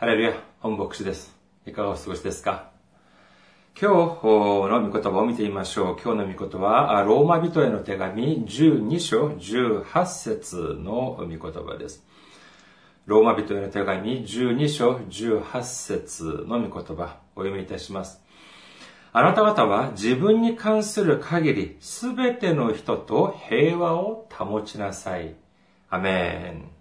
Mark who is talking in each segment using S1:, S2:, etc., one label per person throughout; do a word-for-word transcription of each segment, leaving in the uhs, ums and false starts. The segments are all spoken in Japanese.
S1: ハレルヤ、本牧師です。いかがお過ごしですか？今日の御言葉を見てみましょう。今日の御言葉は、ローマ人への手紙じゅうに章じゅうはち節の御言葉です。ローマ人への手紙じゅうに章じゅうはち節の御言葉、お読みいたします。あなた方は自分に関する限り、すべての人と平和を保ちなさい。アメン。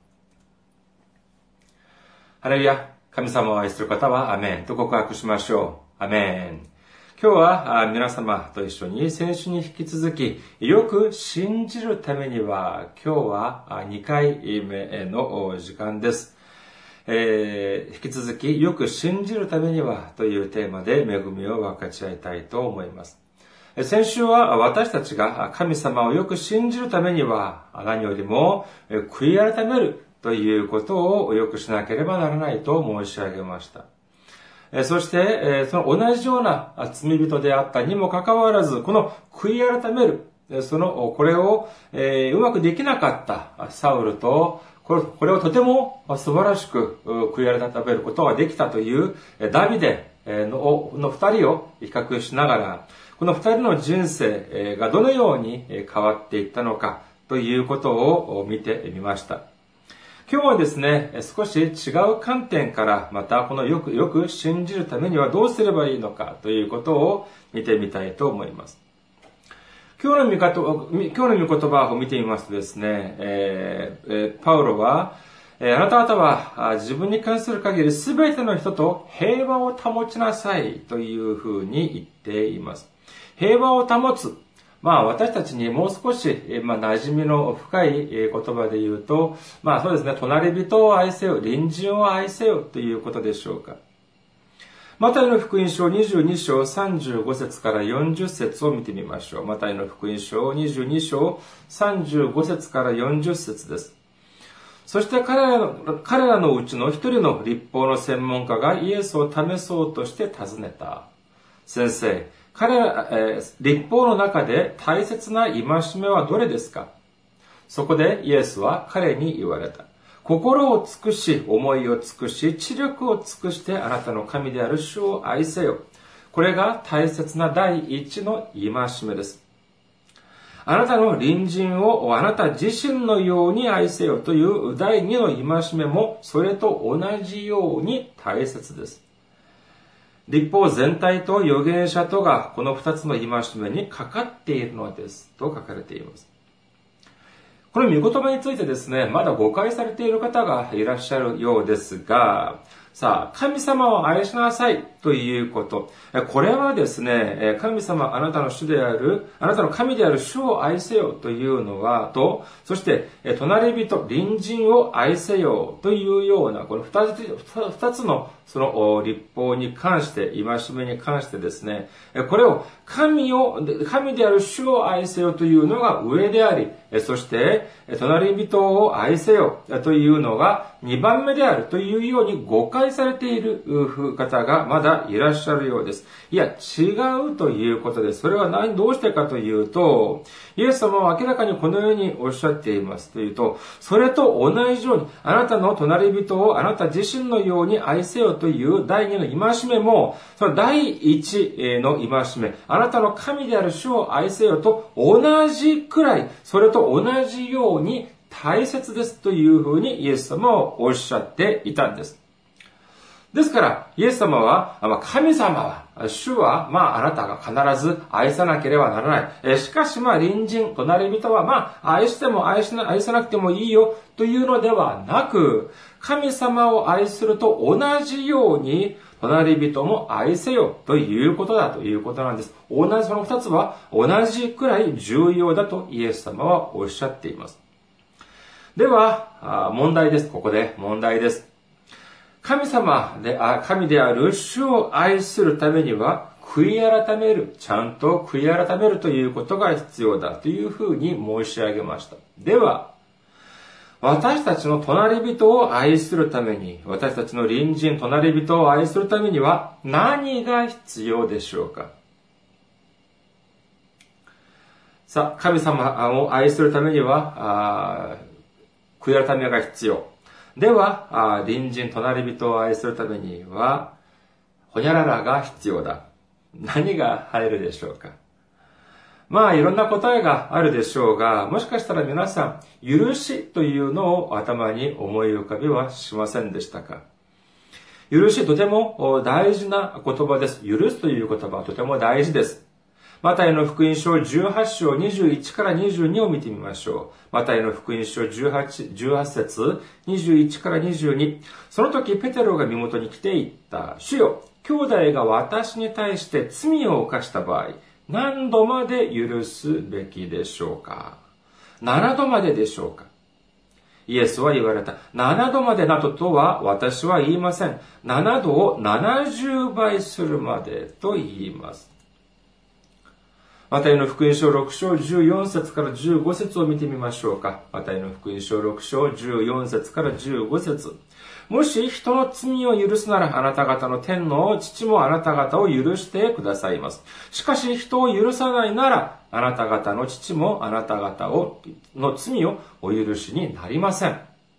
S1: ハレルヤ。神様を愛する方はアメンと告白しましょう。アメン。今日は皆様と一緒に先週に引き続き、よく信じるためには、今日はにかいめの時間です。えー、引き続き、よく信じるためにはというテーマで恵みを分かち合いたいと思います。先週は私たちが神様をよく信じるためには、何よりも悔い改めるということをよくしなければならないと申し上げました。そして、その同じような罪人であったにもかかわらず、この悔い改める、その、これを、えー、うまくできなかったサウルと、これ、これをとても素晴らしく悔い改めることができたというダビデのの二人を比較しながら、この二人の人生がどのように変わっていったのかということを見てみました。今日はですね、少し違う観点からまたこのよくよく信じるためにはどうすればいいのかということを見てみたいと思います。今日の見方、今日の御言葉を見てみますとですね、えー、パウロは、あなた方は自分に関する限り全ての人と平和を保ちなさいというふうに言っています。平和を保つ。まあ私たちにもう少し、まあ、馴染みの深い言葉で言うと、まあそうですね、隣人を愛せよ、隣人を愛せよということでしょうか。マタイの福音書にじゅうに章さんじゅうご節からよんじゅう節を見てみましょう。マタイの福音書にじゅうに章さんじゅうご節からよんじゅう節です。そして彼らの、彼らのうちの一人の律法の専門家がイエスを試そうとして尋ねた。先生、彼ら、えー、律法の中で大切な戒めはどれですか？そこでイエスは彼に言われた。心を尽くし、思いを尽くし、知力を尽くしてあなたの神である主を愛せよ。これが大切な第一の戒めです。あなたの隣人をあなた自身のように愛せよという第二の戒めもそれと同じように大切です。律法全体と預言者とがこの二つの戒めにかかっているのですと書かれています。この御言葉についてですね、まだ誤解されている方がいらっしゃるようですが、さあ、神様を愛しなさいということ。これはですね、神様、あなたの主である、あなたの神である主を愛せよというのは、と、そして、隣人、隣人を愛せよというような、この二つ、二つのその律法に関して、戒めに関してですね、これを神を、神である主を愛せよというのが上であり、そして、隣人を愛せよというのがにばんめであるというように誤解されている方がまだいらっしゃるようです。いや、違うということです。それは何、どうしてかというと、イエス様は明らかにこのようにおっしゃっていますというと、それと同じように、あなたの隣人をあなた自身のように愛せよという第二の戒めも、その第一の戒め、あなたの神である主を愛せよと同じくらい、それと同じように大切ですというふうにイエス様はおっしゃっていたんです。ですから、イエス様は、神様は、主は、まあ、あなたが必ず愛さなければならない。しかし、まあ、隣人、隣人は、まあ、愛しても愛しな、愛さなくてもいいよ、というのではなく、神様を愛すると同じように、隣人も愛せよ、ということだということなんです。同じ、その二つは、同じくらい重要だとイエス様はおっしゃっています。では、問題です。ここで問題です。神様で、神である主を愛するためには、悔い改める、ちゃんと悔い改めるということが必要だというふうに申し上げました。では、私たちの隣人を愛するために、私たちの隣人、隣人を愛するためには何が必要でしょうか？さあ、神様を愛するためには、悔い改めが必要。 では、隣人、隣人を愛するためには、ほにゃららが必要だ。何が入るでしょうか。まあ、いろんな答えがあるでしょうが、もしかしたら皆さん、許しというのを頭に思い浮かびはしませんでしたか。許し、とても大事な言葉です。許すという言葉はとても大事です。マタイの福音書じゅうはち章にじゅういちからにじゅうにを見てみましょう。マタイの福音書じゅうはち、じゅうはち節、にじゅういちからにじゅうに。その時、ペテロが身元に来て言った。主よ、兄弟が私に対して罪を犯した場合、何度まで許すべきでしょうか。ななどまででしょうか。イエスは言われた。ななどまでなどとは私は言いません。ななどをななじゅうばいするまでと言います。マタイの福音書ろく章じゅうよん節からじゅうご節を見てみましょうか。マタイの福音書ろく章じゅうよん節からじゅうご節。もし人の罪を許すならあなた方の天の父もあなた方を許してくださいます。しかし人を許さないならあなた方の父もあなた方をの罪をお許しになりません。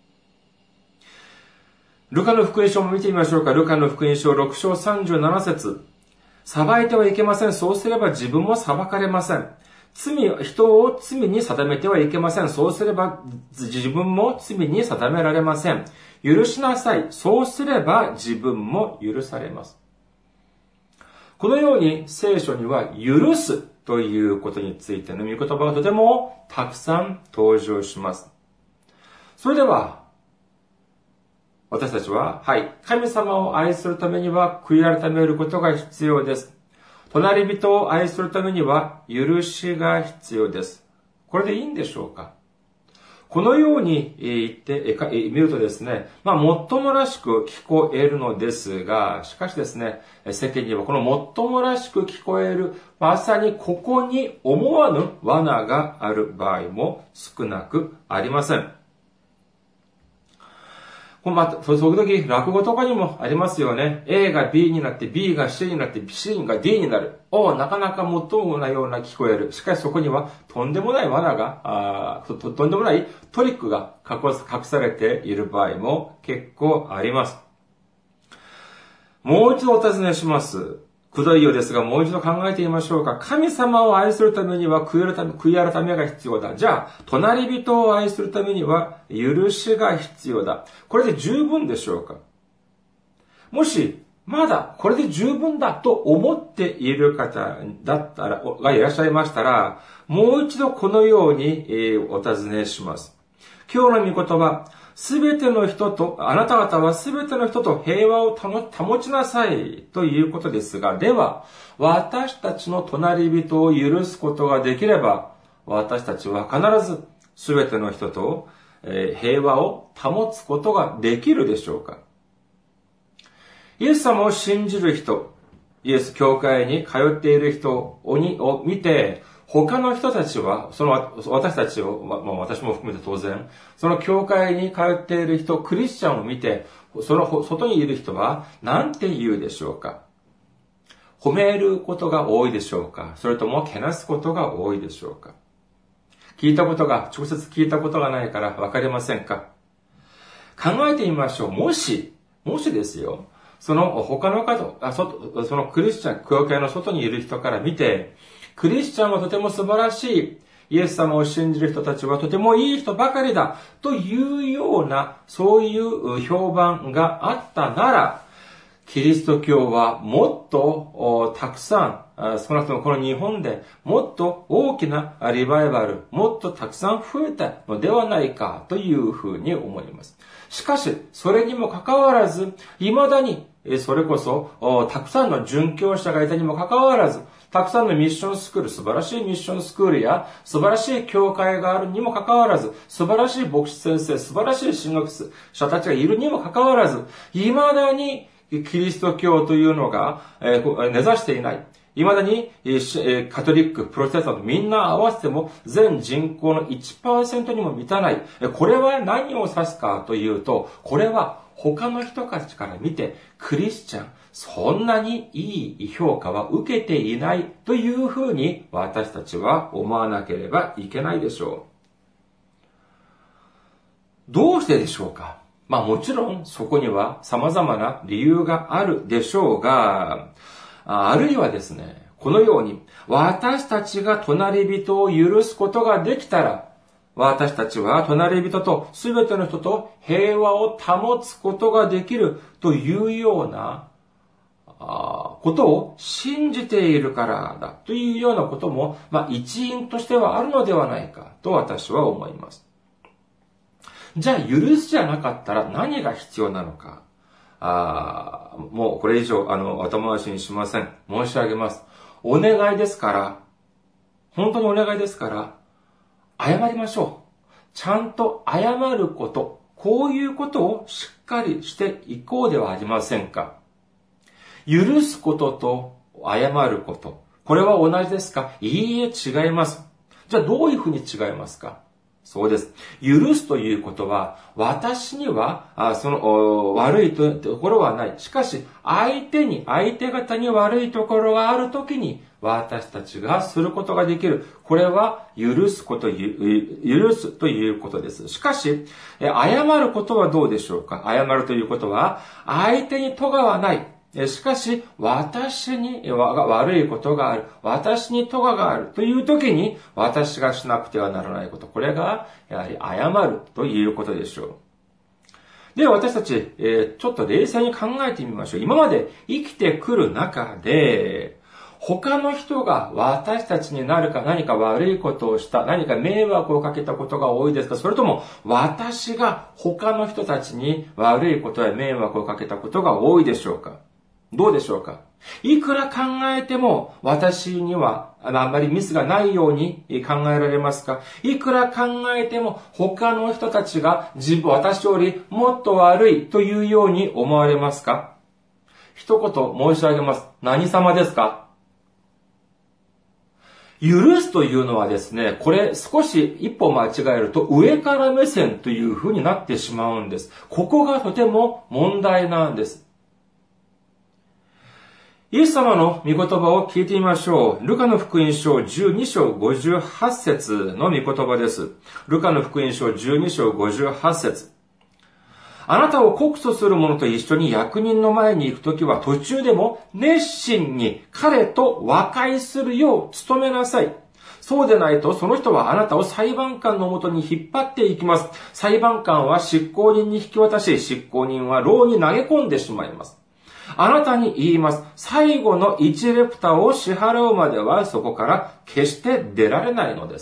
S1: ルカの福音書も見てみましょうか。ルカの福音書ろく章さんじゅうなな節。裁いてはいけません。そうすれば自分も裁かれません。罪、人を罪に定めてはいけません。そうすれば自分も罪に定められません。許しなさい。そうすれば自分も許されます。このように聖書には許すということについての御言葉がとてもたくさん登場します。それでは、私たちは、はい、神様を愛するためには悔い改めることが必要です。隣人を愛するためには許しが必要です。これでいいんでしょうか。このように言ってみるとですね、まあ、もっともらしく聞こえるのですが、しかしですね、世間にはこのもっともらしく聞こえる、まさにここに思わぬ罠がある場合も少なくありません。また、その時、落語とかにもありますよね。A が B になって、B が C になって、C が D になる。おなかなかもっともなような聞こえる。しかしそこには、とんでもない罠が、あと、とんでもないトリックが隠されている場合も結構あります。もう一度お尋ねします。くどいようですが、もう一度考えてみましょうか。神様を愛するためには悔い改め、悔い改めが必要だ。じゃあ、隣人を愛するためには許しが必要だ。これで十分でしょうか。もし、まだこれで十分だと思っている方だったら、がいらっしゃいましたら、もう一度このように、えー、お尋ねします。今日の御言葉、すべての人と、あなた方はすべての人と平和を保ちなさいということですが、では、私たちの隣人を許すことができれば、私たちは必ずすべての人と平和を保つことができるでしょうか。イエス様を信じる人、イエス教会に通っている人を見て、他の人たちは、その私たちを、まあ、私も含めて当然、その教会に通っている人、クリスチャンを見て、その外にいる人は何て言うでしょうか。褒めることが多いでしょうか。それともけなすことが多いでしょうか。聞いたことが、直接聞いたことがないからわかりませんか。考えてみましょう。もし、もしですよ、その他の方、あそそのクリスチャン、教会の外にいる人から見て、クリスチャンはとても素晴らしい。イエス様を信じる人たちはとてもいい人ばかりだ。というような、そういう評判があったなら、キリスト教はもっとたくさん、少なくともこの日本でもっと大きなリバイバル、もっとたくさん増えたのではないかというふうに思います。しかし、それにもかかわらず、未だに、それこそ、たくさんの殉教者がいたにもかかわらず、たくさんのミッションスクール、素晴らしいミッションスクールや、素晴らしい教会があるにもかかわらず、素晴らしい牧師先生、素晴らしい神学者たちがいるにもかかわらず、未だにキリスト教というのが、えー、根ざしていない。未だに、えー、カトリック、プロテスタント、みんな合わせても全人口の いちパーセント にも満たない。これは何を指すかというと、これは他の人たちから見て、クリスチャン、そんなにいい評価は受けていないというふうに私たちは思わなければいけないでしょう。どうしてでしょうか。 まあもちろんそこには様々な理由があるでしょうが、あるいはですね、このように私たちが隣人を許すことができたら、私たちは隣人と全ての人と平和を保つことができるというようなことを信じているからだというようなことも、まあ一因としてはあるのではないかと私は思います。じゃあ許すじゃなかったら何が必要なのか。あもうこれ以上あの頭回しにしません。申し上げます。お願いですから、本当にお願いですから、謝りましょう。ちゃんと謝ること、こういうことをしっかりしていこうではありませんか。許すことと謝ること、これは同じですか？いいえ、違います。じゃあどういうふうに違いますか？そうです。許すということは、私には、あその、悪いところはない。しかし、相手に、相手方に悪いところがあるときに、私たちがすることができる。これは、許すこと、許すということです。しかし、謝ることはどうでしょうか？謝るということは、相手に咎はない。しかし、私に悪いことがある。私に咎がある。という時に、私がしなくてはならないこと。これが、やはり謝るということでしょう。では私たち、えー、ちょっと冷静に考えてみましょう。今まで生きてくる中で、他の人が私たちになるか何か悪いことをした、何か迷惑をかけたことが多いですか？それとも私が他の人たちに悪いことや迷惑をかけたことが多いでしょうか？どうでしょうか？いくら考えても私にはあんまりミスがないように考えられますか？いくら考えても他の人たちが自分、私よりもっと悪いというように思われますか？一言申し上げます。何様ですか？許すというのはですね、これ少し一歩間違えると上から目線という風になってしまうんです。ここがとても問題なんです。イエス様の御言葉を聞いてみましょう。ルカの福音書じゅうに章ごじゅうはち節の御言葉です。ルカの福音書じゅうに章ごじゅうはち節。あなたを告訴する者と一緒に役人の前に行くときは途中でも熱心に彼と和解するよう努めなさい。そうでないとその人はあなたを裁判官のもとに引っ張っていきます。裁判官は執行人に引き渡し、執行人は牢に投げ込んでしまいます。あなたに言います。最後のいちレプタを支払うまではそこから決して出られないのです。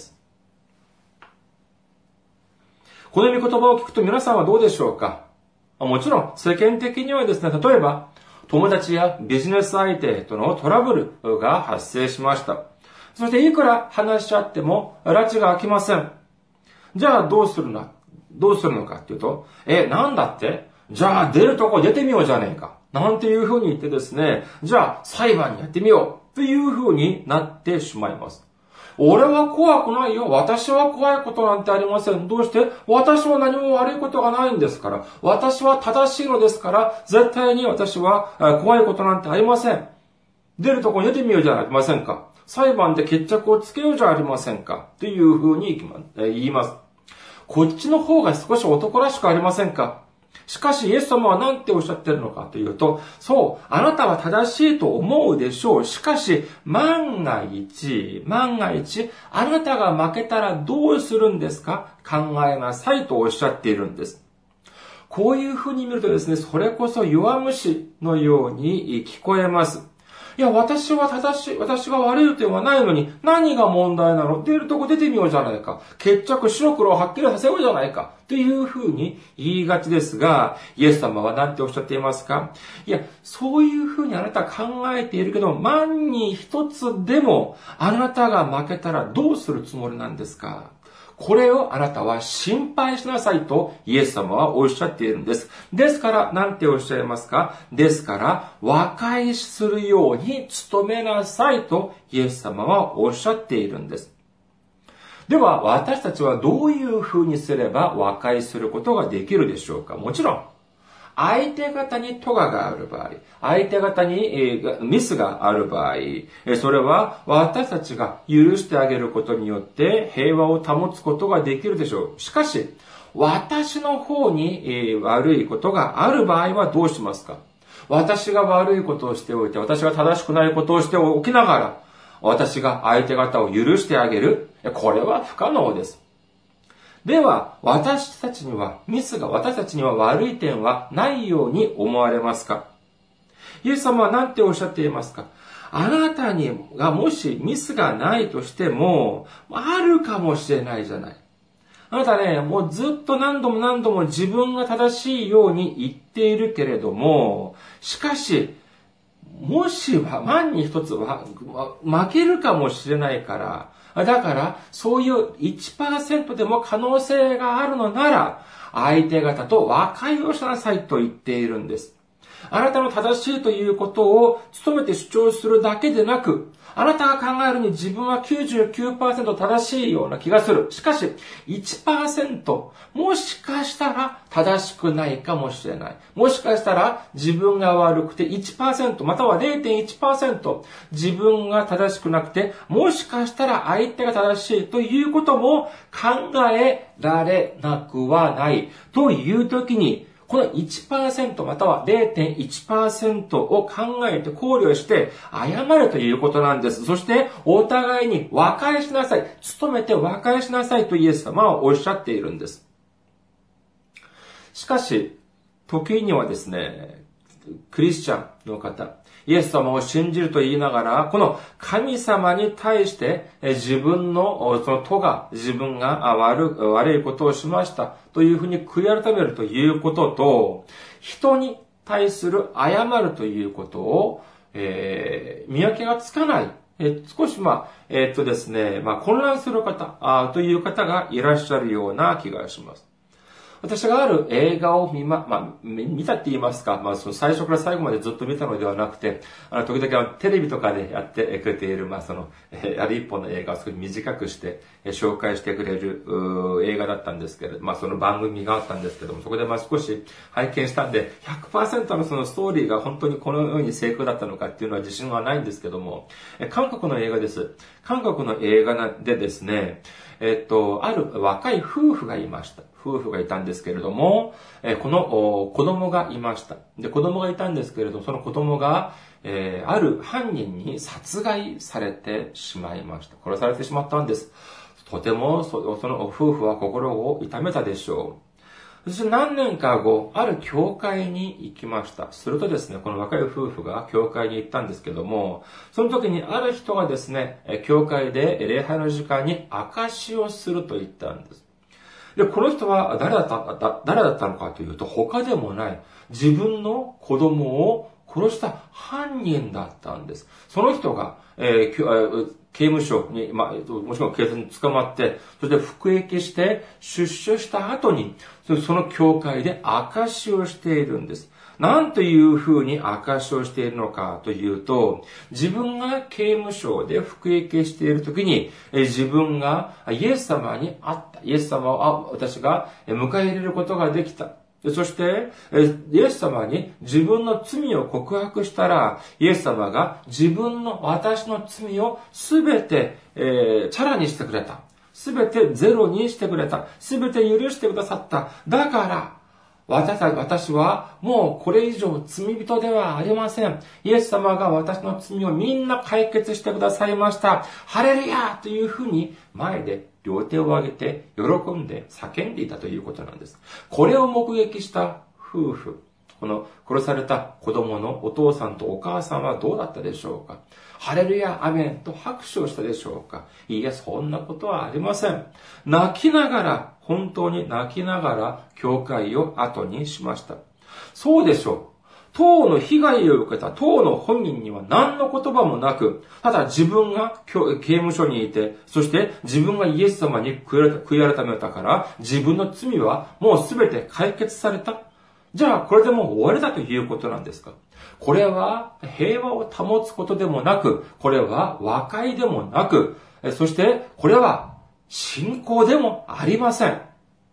S1: この御言葉を聞くと皆さんはどうでしょうか？もちろん世間的にはですね、例えば友達やビジネス相手とのトラブルが発生しました。そしていくら話し合っても埒が明きません。じゃあどうするのどうするのかっていうと、え、なんだって？じゃあ出るとこ出てみようじゃねえか。なんていうふうに言ってですね、じゃあ裁判にやってみようというふうになってしまいます。俺は怖くないよ。私は怖いことなんてありません。どうして？私は何も悪いことがないんですから。私は正しいのですから、絶対に私は怖いことなんてありません。出るとこに出てみようじゃありませんか。裁判で決着をつけようじゃありませんか。というふうに言います。こっちの方が少し男らしくありませんか。しかしイエス様は何ておっしゃってるのかというと、そう、あなたは正しいと思うでしょう。しかし、万が一、万が一、あなたが負けたらどうするんですか？考えなさいとおっしゃっているんです。こういうふうに見るとですね、それこそ弱虫のように聞こえます。いや、私は正しい、私が悪い点はないのに、何が問題なの？出るとこ出てみようじゃないか。決着白黒をはっきりさせようじゃないか。というふうに言いがちですが、イエス様は何ておっしゃっていますか？いや、そういうふうにあなた考えているけど、万に一つでもあなたが負けたらどうするつもりなんですか？これをあなたは心配しなさいとイエス様はおっしゃっているんです。ですから、なんておっしゃいますか？ですから、和解するように努めなさいとイエス様はおっしゃっているんです。では、私たちはどういうふうにすれば和解することができるでしょうか？もちろん、相手方に咎がある場合、相手方にミスがある場合、それは私たちが許してあげることによって平和を保つことができるでしょう。しかし、 私の方に悪いことがある場合はどうしますか？私が悪いことをしておいて、私が正しくないことをしておきながら、私が相手方を許してあげる。これは不可能です。では、私たちには、ミスが、私たちには悪い点はないように思われますか？イエス様は何ておっしゃっていますか？あなたにがもしミスがないとしても、あるかもしれないじゃない。あなたね、もうずっと何度も何度も自分が正しいように言っているけれども、しかし、もしは万に一つは負けるかもしれないから、だから、そういう いちパーセント でも可能性があるのなら、相手方と和解をしなさいと言っているんです。あなたの正しいということを努めて主張するだけでなく、あなたが考えるに自分は きゅうじゅうきゅうパーセント 正しいような気がする。しかし、いちパーセント、もしかしたら正しくないかもしれない。もしかしたら自分が悪くて いちパーセント、または れいてんいちパーセント、自分が正しくなくて、もしかしたら相手が正しいということも考えられなくはないというときに、この いちパーセント または れいてんいちパーセント を考えて考慮して謝るということなんです。そしてお互いに和解しなさい。努めて和解しなさいとイエス様はおっしゃっているんです。しかし、時にはですね、クリスチャンの方、イエス様を信じると言いながら、この神様に対して自分のその咎、自分が悪、悪いことをしましたというふうに悔い改めるということと、人に対する謝るということを、えー、見分けがつかない。え少しまあ、えー、っとですね、まあ混乱する方あという方がいらっしゃるような気がします。私がある映画を見ま、まあ、見たって言いますか、まあ、その最初から最後までずっと見たのではなくて、あの、時々テレビとかでやってくれている、まあ、その、えー、ある一本の映画を少し短くして、えー、紹介してくれる、映画だったんですけれど、まあ、その番組があったんですけども、そこでまあ少し拝見したんで、ひゃくパーセント のそのストーリーが本当にこのように成功だったのかっていうのは自信はないんですけども、えー、韓国の映画です。韓国の映画でですね、えっと、ある若い夫婦がいました。夫婦がいたんですけれども、えこの子供がいました。で、子供がいたんですけれども、その子供が、えー、ある犯人に殺害されてしまいました。殺されてしまったんです。とてもそ、その夫婦は心を痛めたでしょう。そして何年か後、ある教会に行きました。するとですね、この若い夫婦が教会に行ったんですけども、その時にある人がですね、教会で礼拝の時間に証しをすると言ったんです。で、この人は誰だった、誰だったのかというと、他でもない、自分の子供を殺した犯人だったんです。その人が、えー、刑務所に、まあ、もしくは警察に捕まって、そして服役して出所した後に、その教会で証しをしているんです。なんというふうに証しをしているのかというと、自分が刑務所で服役している時に、自分がイエス様に会った。イエス様を、あ、私が迎え入れることができた。そして、イエス様に自分の罪を告白したら、イエス様が自分の私の罪をすべて、えー、チャラにしてくれた。すべてゼロにしてくれた。すべて許してくださった。だから、私私はもうこれ以上罪人ではありません。イエス様が私の罪をみんな解決してくださいました。ハレルヤというふうに前で両手を上げて喜んで叫んでいたということなんです。これを目撃した夫婦、この殺された子供のお父さんとお母さんはどうだったでしょうか。ハレルヤ、アメンと拍手をしたでしょうか。いいや、そんなことはありません。泣きながら、本当に泣きながら、教会を後にしました。そうでしょう。当の被害を受けた当の本人には何の言葉もなく、ただ自分が刑務所にいて、そして自分がイエス様に悔い改めたから、自分の罪はもうすべて解決された。じゃあ、これでもう終わりだということなんですか？これは平和を保つことでもなく、これは和解でもなく、そしてこれは信仰でもありません。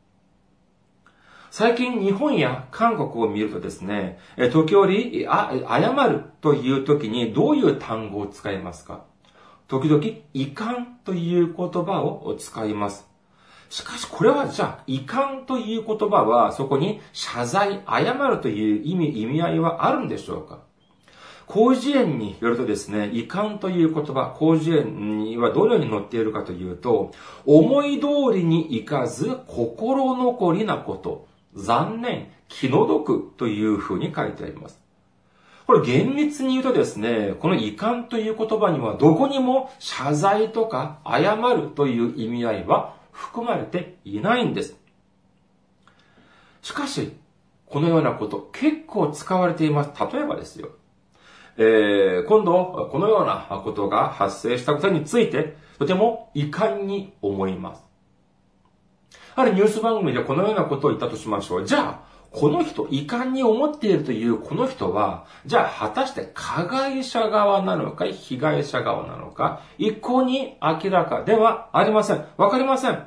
S1: 最近日本や韓国を見るとですね、時折、あ、謝るという時にどういう単語を使いますか？時々、遺憾という言葉を使います。 しかしこれはじゃあ、遺憾という言葉はそこに謝罪、謝るという意味、意味合いはあるんでしょうか？広辞苑によるとですね、遺憾という言葉、広辞苑にはどのように載っているかというと、思い通りにいかず心残りなこと、残念、気の毒というふうに書いてあります。これ厳密に言うとですね、この遺憾という言葉にはどこにも謝罪とか謝るという意味合いは含まれていないんです。しかし、このようなこと結構使われています。例えばですよ。えー、今度、このようなことが発生したことについて、とても遺憾に思います。あるニュース番組でこのようなことを言ったとしましょう。じゃあ、この人、遺憾に思っているというこの人は、じゃあ果たして加害者側なのか、被害者側なのか、一向に明らかではありません。わかりません。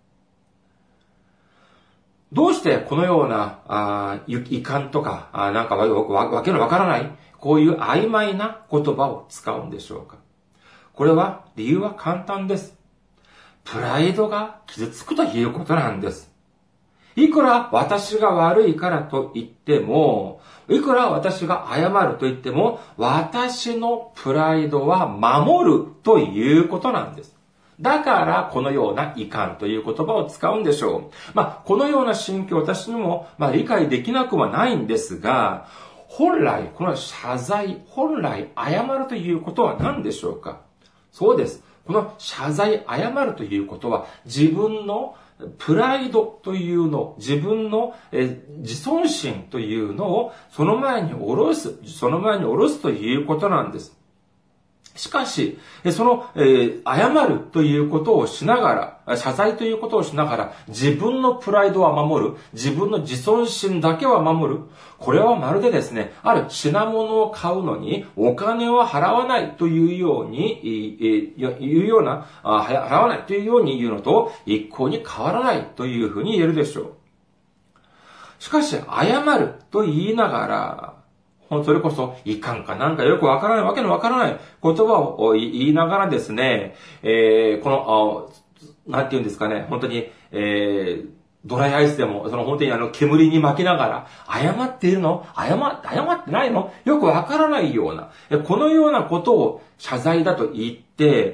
S1: どうしてこのような、あ遺憾とか、あなんかわ、わ、わけのわからない、こういう曖昧な言葉を使うんでしょうか？これは、理由は簡単です。プライドが傷つくということなんです。いくら私が悪いからと言っても、いくら私が謝ると言っても、私のプライドは守るということなんです。だからこのような遺憾という言葉を使うんでしょう。まあ、このような心境私にも、まあ、理解できなくはないんですが、本来この謝罪、本来謝るということは何でしょうか？そうです。この謝罪、謝るということは自分のプライドというの、自分のえ自尊心というのをその前に下ろす、その前に下ろすということなんです。しかし、その、えー、謝るということをしながら、謝罪ということをしながら、自分のプライドは守る、自分の自尊心だけは守る。これはまるでですね、ある品物を買うのにお金を払わないというように、えー、いうような、払わないというように言うのと一向に変わらないというふうに言えるでしょう。しかし、謝ると言いながら、それこそ、遺憾かなんかよくわからないわけのわからない言葉を言いながらですね、えー、この、なんて言うんですかね、本当に、えー、ドライアイスでも、その本当にあの煙に巻きながら、謝っているの？謝、謝ってないの？よくわからないような、このようなことを謝罪だと言って、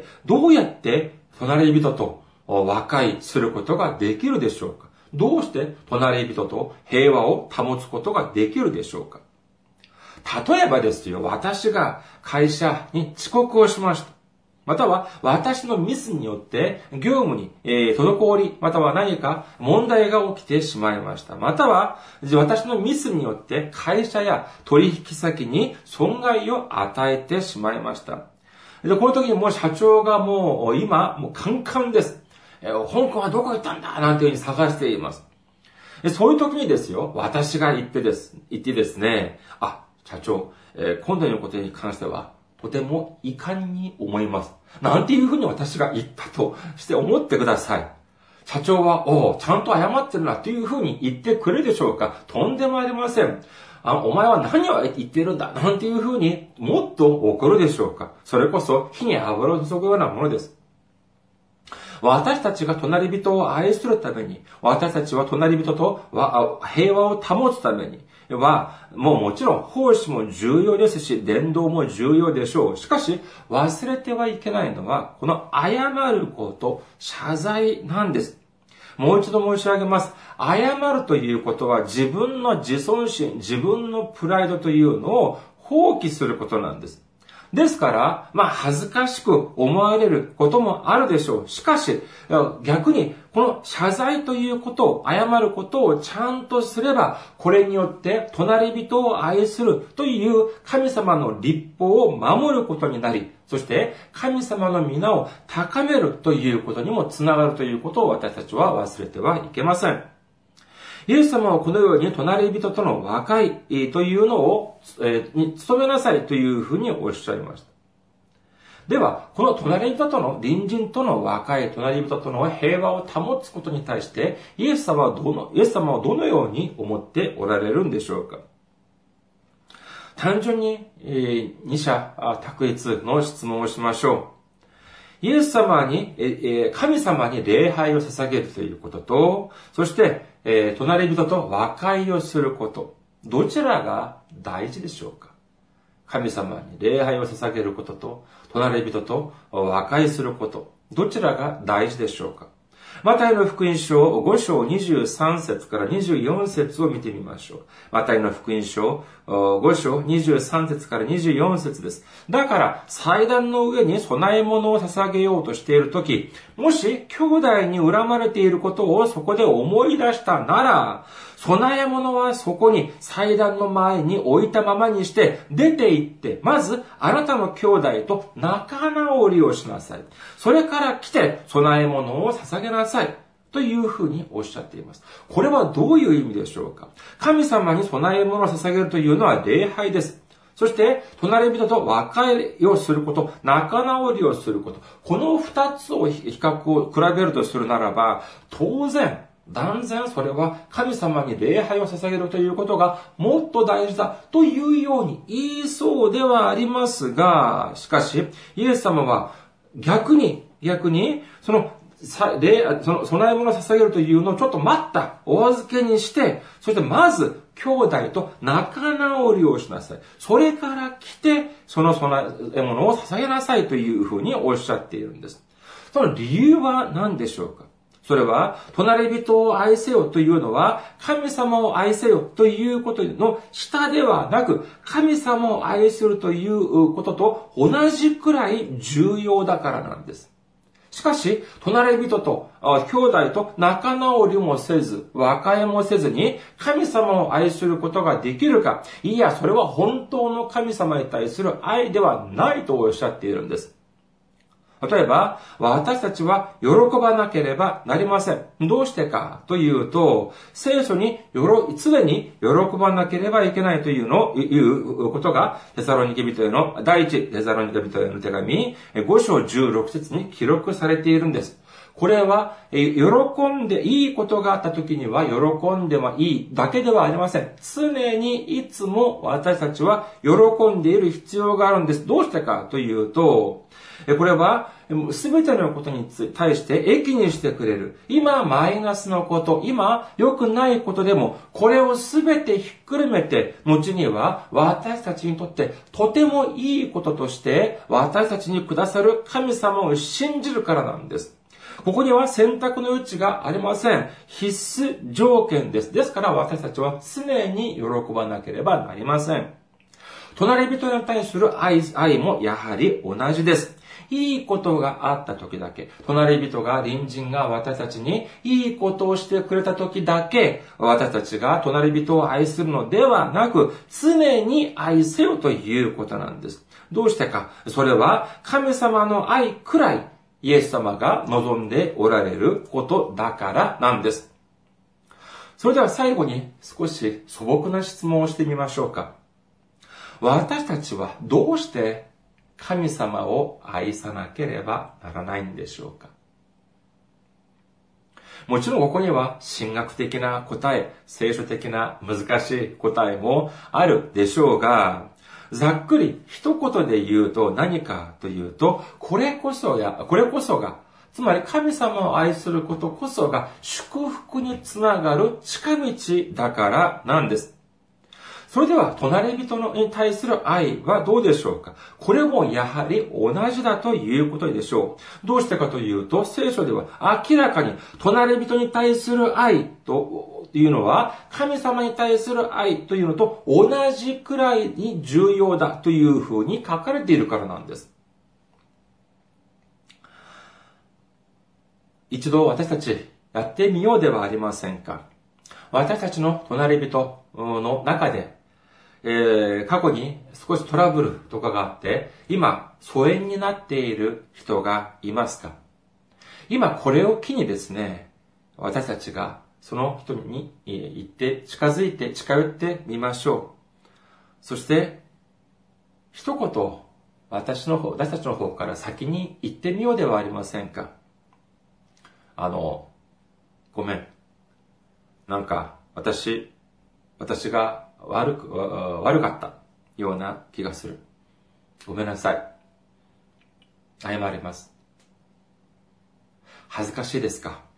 S1: どうやって隣人と和解することができるでしょうか？どうして隣人と平和を保つことができるでしょうか？例えばですよ、私が会社に遅刻をしました。または、私のミスによって業務に、えー、滞り、または何か問題が起きてしまいました。または、私のミスによって会社や取引先に損害を与えてしまいました。で、この時にもう社長がもう今、もうカンカンです。えー、香港はどこ行ったんだなんていうふうに探しています。でそういう時にですよ、私が言ってです、言ってですね、あ、社長、えー、今度のことに関しては、とても遺憾に思います。なんていうふうに私が言ったとして思ってください。社長は、おう、ちゃんと謝ってるなというふうに言ってくれるでしょうか？とんでもありません。あお前は何を言っているんだなんていうふうにもっと怒るでしょうか？それこそ火に油を注ぐようなものです。私たちが隣人を愛するために、私たちは隣人と平和を保つためには、もうもちろん奉仕も重要ですし、伝道も重要でしょう。しかし、忘れてはいけないのは、この謝ること、謝罪なんです。もう一度申し上げます。謝るということは、自分の自尊心、自分のプライドというのを放棄することなんです。ですから、まあ、恥ずかしく思われることもあるでしょう。しかし、逆に、この謝罪ということを、謝ることをちゃんとすれば、これによって隣人を愛するという神様の律法を守ることになり、そして神様の皆を高めるということにもつながるということを私たちは忘れてはいけません。イエス様はこのように隣人との和解というのを、えー、に努めなさいというふうにおっしゃいました。では、この隣人との、隣人との和解、隣人との平和を保つことに対して、イエス様はどの、イエス様はどのように思っておられるんでしょうか？単純に、えー、二者択一の質問をしましょう。 イエス様に、え神様に礼拝を捧げるということと、そして、え隣人と和解をすること。どちらが大事でしょうか？神様に礼拝を捧げることと、隣人と和解すること。どちらが大事でしょうか？マタイの福音書ご章にじゅうさん節からにじゅうよん節を見てみましょう。マタイの福音書ご章にじゅうさん節からにじゅうよん節です。だから、祭壇の上に供え物を捧げようとしているとき、もし兄弟に恨まれていることをそこで思い出したなら、供え物はそこに祭壇の前に置いたままにして出て行って、まずあなたの兄弟と仲直りをしなさい。それから来て供え物を捧げなさい。というふうにおっしゃっています。これはどういう意味でしょうか？神様に供え物を捧げるというのは礼拝です。そして、隣人と和解をすること、仲直りをすること。この二つを比較を比べるとするならば、当然、断然それは神様に礼拝を捧げるということがもっと大事だというように言いそうではありますが、しかし、イエス様は逆に、逆に、その、さ、礼、その、供え物を捧げるというのをちょっと待った、お預けにして、そしてまず、兄弟と仲直りをしなさい。それから来て、その供え物を捧げなさいというふうにおっしゃっているんです。その理由は何でしょうか？それは、隣人を愛せよというのは、神様を愛せよということの下ではなく、神様を愛するということと同じくらい重要だからなんです。しかし、隣人と、兄弟と仲直りもせず、和解もせずに、神様を愛することができるか？いや、それは本当の神様に対する愛ではないとおっしゃっているんです。例えば、私たちは喜ばなければなりません。どうしてかというと、聖書によろ、常に喜ばなければいけないというの、いうことが、テサロニケ人への、第一テサロニケ人への手紙、ご章じゅうろく節に記録されているんです。これは、喜んでいいことがあった時には喜んではいいだけではありません。常にいつも私たちは喜んでいる必要があるんです。どうしてかというと、これは、すべてのことに対して益にしてくれる。今、マイナスのこと、今、良くないことでも、これをすべてひっくるめて、後には私たちにとってとてもいいこととして、私たちにくださる神様を信じるからなんです。ここには選択の余地がありません。必須条件です。ですから私たちは常に喜ばなければなりません。隣人に対する愛、愛もやはり同じです。いいことがあった時だけ、隣人が、隣人が私たちにいいことをしてくれた時だけ、私たちが隣人を愛するのではなく、常に愛せよということなんです。どうしてか。それは神様の愛くらい、イエス様が望んでおられることだからなんです。それでは最後に少し素朴な質問をしてみましょうか。私たちはどうして神様を愛さなければならないんでしょうか？もちろんここには神学的な答え、聖書的な難しい答えもあるでしょうが、ざっくり一言で言うと何かというと、これこそや、これこそが、つまり神様を愛することこそが祝福につながる近道だからなんです。それでは、隣人に対する愛はどうでしょうか？これもやはり同じだということでしょう。どうしてかというと、聖書では明らかに隣人に対する愛というのは、神様に対する愛というのと同じくらいに重要だというふうに書かれているからなんです。一度私たちやってみようではありませんか？私たちの隣人の中で、えー、過去に少しトラブルとかがあって、今、疎遠になっている人がいますか？今これを機にですね、私たちがその人に行って近づいて近寄ってみましょう。そして、一言、私の方、私たちの方から先に言ってみようではありませんか？あの、ごめん。なんか、私、私が悪く、悪かったような気がする。ごめんなさい。謝ります。 恥ずかしいですか？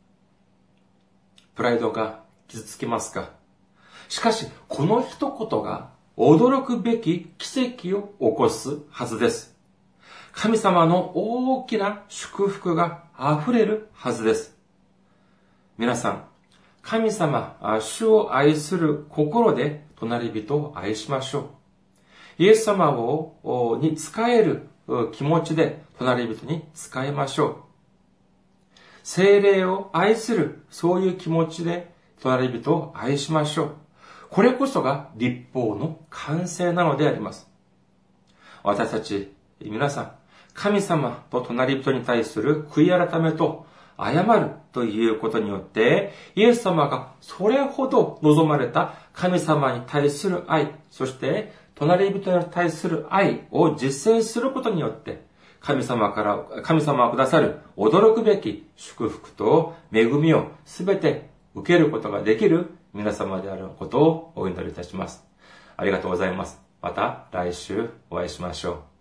S1: プライドが傷つきますか？しかし、この一言が驚くべき奇跡を起こすはずです。神様の大きな祝福が溢れるはずです。皆さん、神様、主を愛する心で隣人を愛しましょう。イエス様をに仕える気持ちで隣人に仕えましょう。聖霊を愛する、そういう気持ちで隣人を愛しましょう。これこそが律法の完成なのであります。私たち、皆さん、神様と隣人に対する悔い改めと謝るということによって、イエス様がそれほど望まれた神様に対する愛、そして隣人に対する愛を実践することによって、神様から、神様がくださる驚くべき祝福と恵みをすべて受けることができる皆様であることをお祈りいたします。ありがとうございます。また来週お会いしましょう。